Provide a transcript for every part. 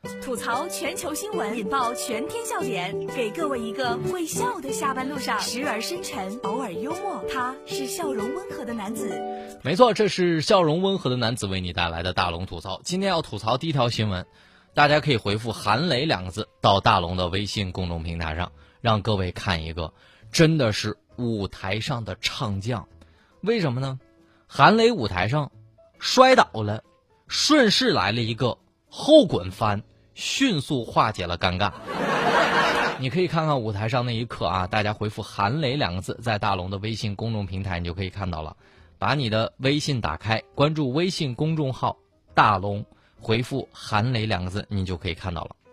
吐槽全球新闻，引爆全天笑点，给各位一个会笑的下班路上，时而深沉，偶尔幽默。他是笑容温和的男子。 没错，这是笑容温和的男子为你带来的大龙吐槽。今天要吐槽第一条新闻，大家可以回复韩磊2个字到大龙的微信公众平台上，让各位看一个真的是舞台上的唱将。为什么呢？韩磊舞台上摔倒了，顺势来了一个后滚翻，迅速化解了尴尬。你可以看看舞台上那一刻啊，大家回复韩磊2个字在大龙的微信公众平台，你就可以看到了。把你的微信打开，关注微信公众号大龙，回复韩磊2个字，你就可以看到了。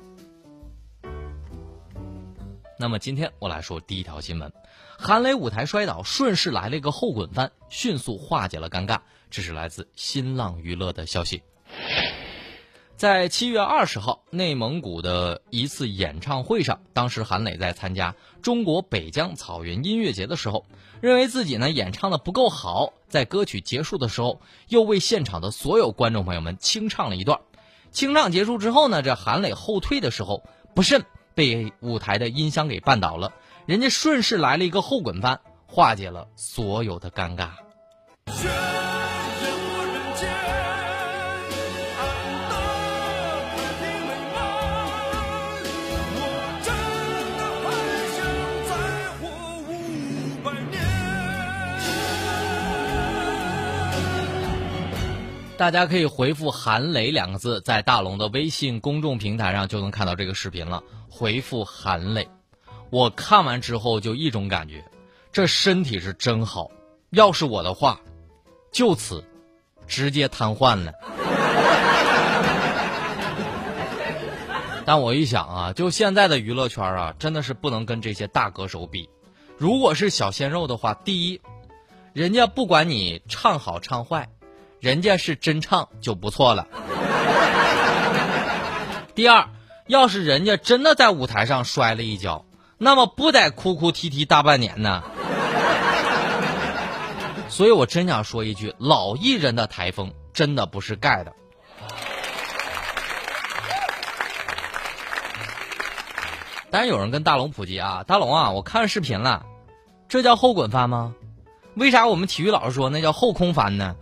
那么今天我来说第一条新闻，韩磊舞台摔倒，顺势来了一个后滚翻，迅速化解了尴尬。这是来自新浪娱乐的消息。在7月20号内蒙古的一次演唱会上，当时韩磊在参加中国北疆草原音乐节的时候，认为自己呢演唱的不够好，在歌曲结束的时候又为现场的所有观众朋友们清唱了一段。清唱结束之后呢，这韩磊后退的时候不慎被舞台的音箱给绊倒了，人家顺势来了一个后滚翻，化解了所有的尴尬。大家可以回复韩磊2个字，在大龙的微信公众平台上就能看到这个视频了。回复韩磊，我看完之后就一种感觉，这身体是真好，要是我的话就此直接瘫痪了。但我一想啊，就现在的娱乐圈啊，真的是不能跟这些大歌手比。如果是小鲜肉的话，第一，人家不管你唱好唱坏，人家是真唱就不错了。第二，要是人家真的在舞台上摔了一跤，那么不得哭哭啼啼大半年呢？所以我真想说一句，老艺人的台风真的不是盖的。当然有人跟大龙普及啊，大龙啊，我看视频了，这叫后滚翻吗？为啥我们体育老师说那叫后空翻呢？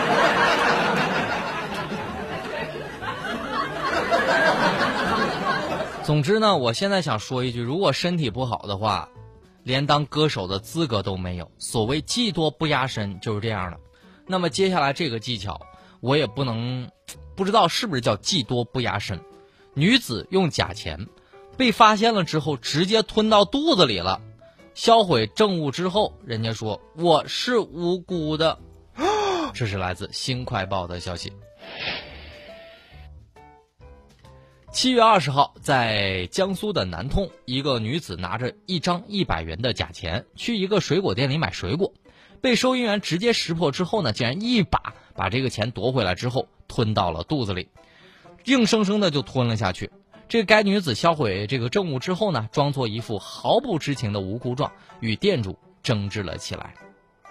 总之呢，我现在想说一句，如果身体不好的话，连当歌手的资格都没有。所谓技多不压身，就是这样的。那么接下来这个技巧，我也不知道是不是叫技多不压身。女子用假钱被发现了之后，直接吞到肚子里了，销毁证物之后，人家说我是无辜的。这是来自新快报的消息。7月20号，在江苏的南通，一个女子拿着一张100元的假钱去一个水果店里买水果，被收银员直接识破之后呢，竟然一把把这个钱夺回来之后吞到了肚子里，硬生生的就吞了下去。该女子销毁这个证物之后呢，装作一副毫不知情的无辜状，与店主争执了起来。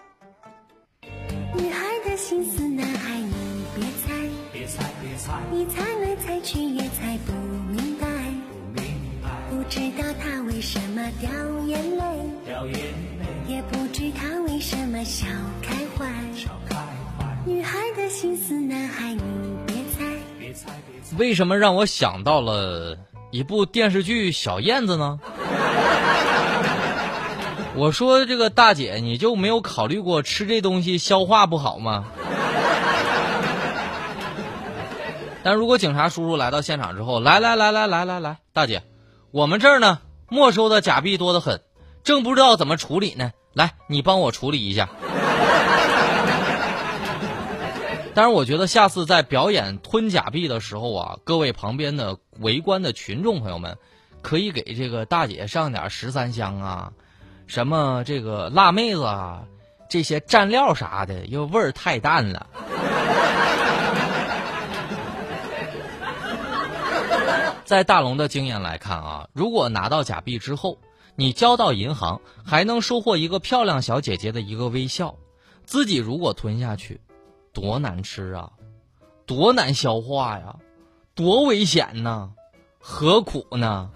女孩的心思，男孩你别猜，你猜来猜去也猜不明白，不知道他为什么掉眼泪，也不知他为什么笑开怀。女孩的心思，男孩你别猜。 为什么让我想到了一部电视剧《小燕子》呢？我说这个大姐，你就没有考虑过吃这东西消化不好吗？但如果警察叔叔来到现场之后，来，大姐，我们这儿呢没收的假币多得很，正不知道怎么处理呢，来，你帮我处理一下。当然我觉得下次在表演吞假币的时候啊，各位旁边的围观的群众朋友们，可以给这个大姐上点13香啊，什么这个辣妹子啊，这些蘸料啥的，因为味儿太淡了。在大龙的经验来看啊，如果拿到假币之后，你交到银行，还能收获一个漂亮小姐姐的一个微笑，自己如果吞下去，多难吃啊，多难消化呀， 多危险呢，何苦呢？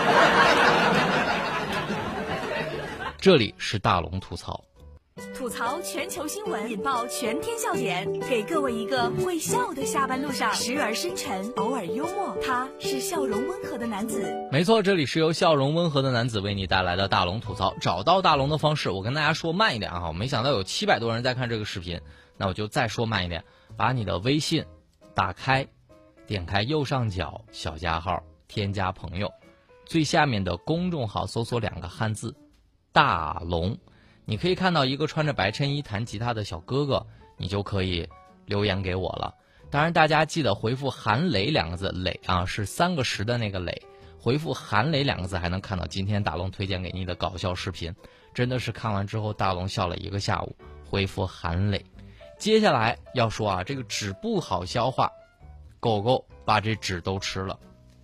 这里是大龙吐槽， 吐槽全球新闻，引爆全天笑点，给各位一个会笑的下班路上，时而深沉，偶尔幽默。他是笑容温和的男子。 没错，这里是由笑容温和的男子为你带来的大龙吐槽。找到大龙的方式，我跟大家说慢一点啊，我没想到有700多人在看这个视频，那我就再说慢一点，把你的微信打开，点开右上角小加号，添加朋友，最下面的公众号搜索2个汉字大龙，你可以看到一个穿着白衬衣弹吉他的小哥哥，你就可以留言给我了。当然大家记得回复韩磊2个字，磊啊是3个10的那个磊，回复韩磊2个字还能看到今天大龙推荐给你的搞笑视频，真的是看完之后大龙笑了1个下午。回复韩磊。接下来要说啊，这个纸不好消化，狗狗把这纸都吃了。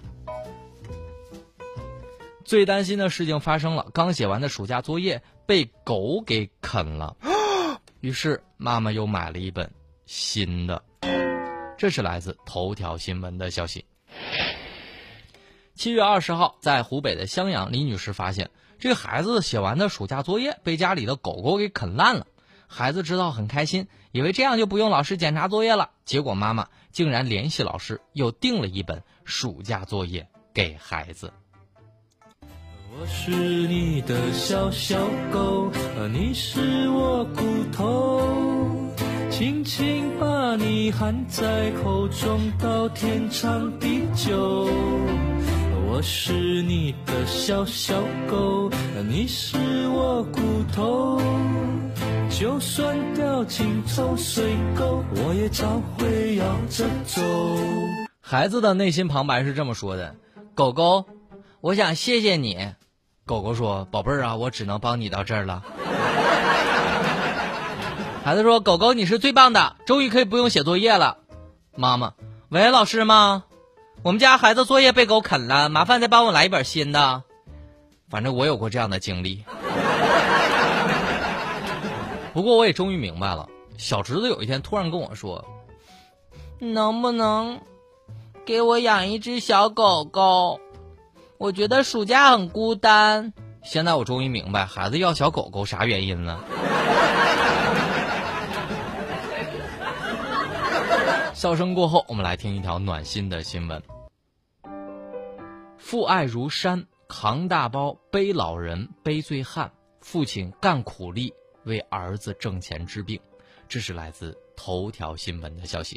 最担心的事情发生了，刚写完的暑假作业被狗给啃了，于是妈妈又买了一本新的。这是来自头条新闻的消息。7月20号，在湖北的襄阳，李女士发现这个孩子写完的暑假作业被家里的狗狗给啃烂了。孩子知道很开心，以为这样就不用老师检查作业了，结果妈妈竟然联系老师，又订了一本暑假作业给孩子。 我是你的小小狗，你是我骨头，轻轻把你含在口中，到天长地久。我是你的小小狗，你是我骨头，就算掉进臭水沟，我也照会摇着走。 孩子的内心旁白是这么说的：狗狗，我想谢谢你。狗狗说：宝贝儿啊，我只能帮你到这儿了。孩子说：狗狗你是最棒的，终于可以不用写作业了。妈妈：喂，老师吗？我们家孩子作业被狗啃了，麻烦再帮我来一本新的。反正我有过这样的经历。不过我也终于明白了，小侄子有一天突然跟我说：能不能给我养一只小狗狗？我觉得暑假很孤单。现在我终于明白孩子要小狗狗啥原因了。笑声过后，我们来听一条暖心的新闻。父爱如山，扛大包背老人背醉汉，父亲干苦力为儿子挣钱治病。这是来自头条新闻的消息。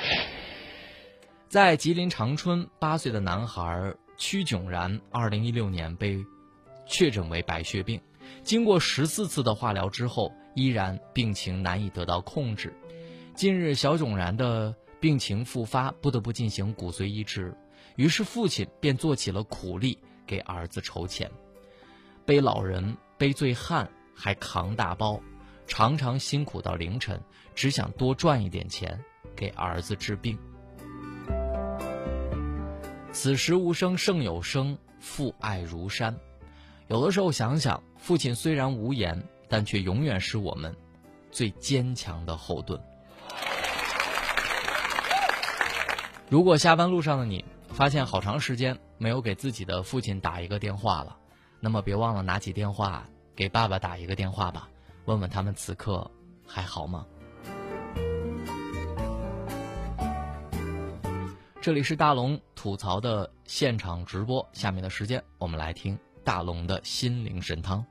在吉林长春，8岁的男孩屈炯然2016年被确诊为白血病，经过14次的化疗之后，依然病情难以得到控制。近日小炯然的病情复发，不得不进行骨髓移植，于是父亲便做起了苦力给儿子筹钱，背老人背醉汉还扛大包，常常辛苦到凌晨，只想多赚一点钱给儿子治病。此时无声胜有声，父爱如山。有的时候想想，父亲虽然无言，但却永远是我们最坚强的后盾。如果下班路上的你发现好长时间没有给自己的父亲打一个电话了，那么别忘了拿起电话给爸爸打一个电话吧，问问他们此刻还好吗？这里是大龙吐槽的现场直播，下面的时间我们来听大龙的心灵神汤。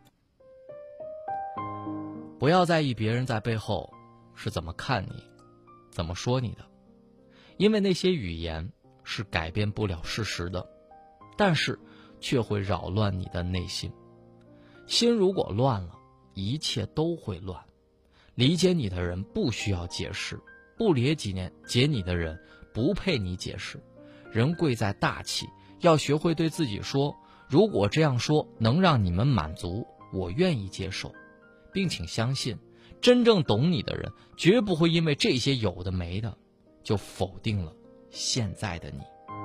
不要在意别人在背后是怎么看你，怎么说你的，因为那些语言是改变不了事实的，但是却会扰乱你的内心。心如果乱了，一切都会乱。理解你的人不需要解释，不理解你的人不配你解释。人贵在大气，要学会对自己说，如果这样说能让你们满足，我愿意接受。并请相信，真正懂你的人绝不会因为这些有的没的就否定了现在的你。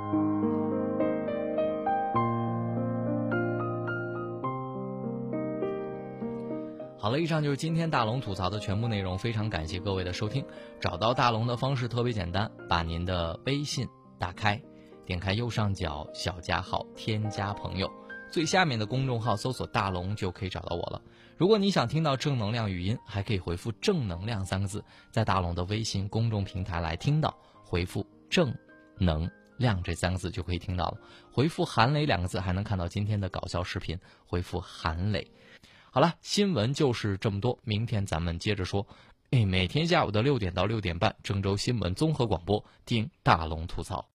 好了，以上就是今天大龙吐槽的全部内容，非常感谢各位的收听。找到大龙的方式特别简单，把您的微信打开， 点开右上角小加号添加朋友，最下面的公众号搜索大龙就可以找到我了。如果你想听到正能量语音，还可以回复正能量3个字，在大龙的微信公众平台来听到，回复正能量这3个字就可以听到了。回复韩磊2个字还能看到今天的搞笑视频，回复韩磊。好了，新闻就是这么多，明天咱们接着说。每天下午的6点到6点半，郑州新闻综合广播，听大龙吐槽。